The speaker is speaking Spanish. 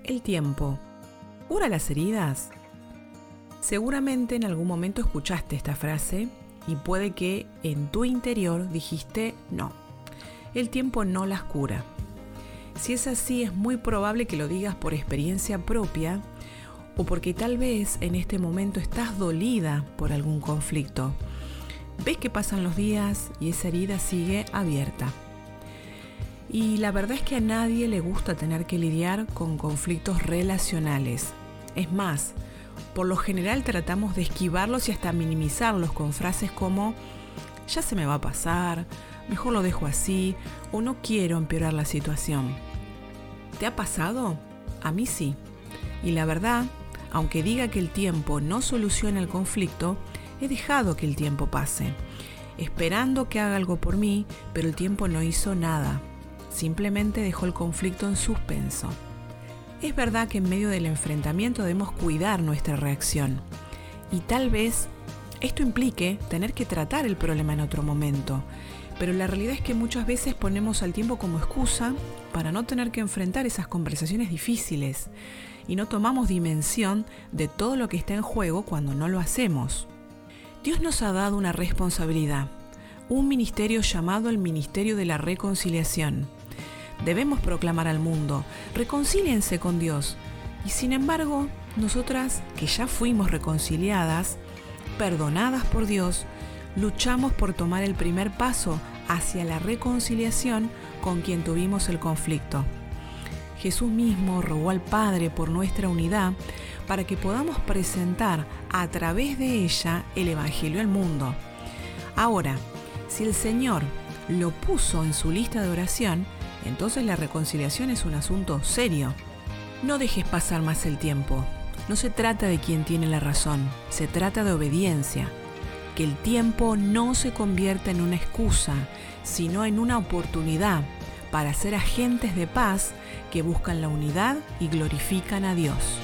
El tiempo, ¿cura las heridas? Seguramente en algún momento escuchaste esta frase y puede que en tu interior dijiste no, el tiempo no las cura. Si es así, es muy probable que lo digas por experiencia propia o porque tal vez en este momento estás dolida por algún conflicto. Ves que pasan los días y esa herida sigue abierta. Y la verdad es que a nadie le gusta tener que lidiar con conflictos relacionales. Es más, por lo general tratamos de esquivarlos y hasta minimizarlos con frases como ya se me va a pasar, mejor lo dejo así o no quiero empeorar la situación. ¿Te ha pasado? A mí sí. Y la verdad, aunque diga que el tiempo no soluciona el conflicto, he dejado que el tiempo pase, esperando que haga algo por mí, pero el tiempo no hizo nada. Simplemente dejó el conflicto en suspenso. Es verdad que en medio del enfrentamiento debemos cuidar nuestra reacción. Y tal vez esto implique tener que tratar el problema en otro momento. Pero la realidad es que muchas veces ponemos al tiempo como excusa para no tener que enfrentar esas conversaciones difíciles. Y no tomamos dimensión de todo lo que está en juego cuando no lo hacemos. Dios nos ha dado una responsabilidad, un ministerio llamado el Ministerio de la Reconciliación. Debemos proclamar al mundo, reconcíliense con Dios. Y sin embargo, nosotras que ya fuimos reconciliadas, perdonadas por Dios, luchamos por tomar el primer paso hacia la reconciliación con quien tuvimos el conflicto. Jesús mismo rogó al Padre por nuestra unidad para que podamos presentar a través de ella el Evangelio al mundo. Ahora, si el Señor lo puso en su lista de oración, entonces la reconciliación es un asunto serio. No dejes pasar más el tiempo. No se trata de quién tiene la razón, se trata de obediencia. Que el tiempo no se convierta en una excusa, sino en una oportunidad para ser agentes de paz que buscan la unidad y glorifican a Dios.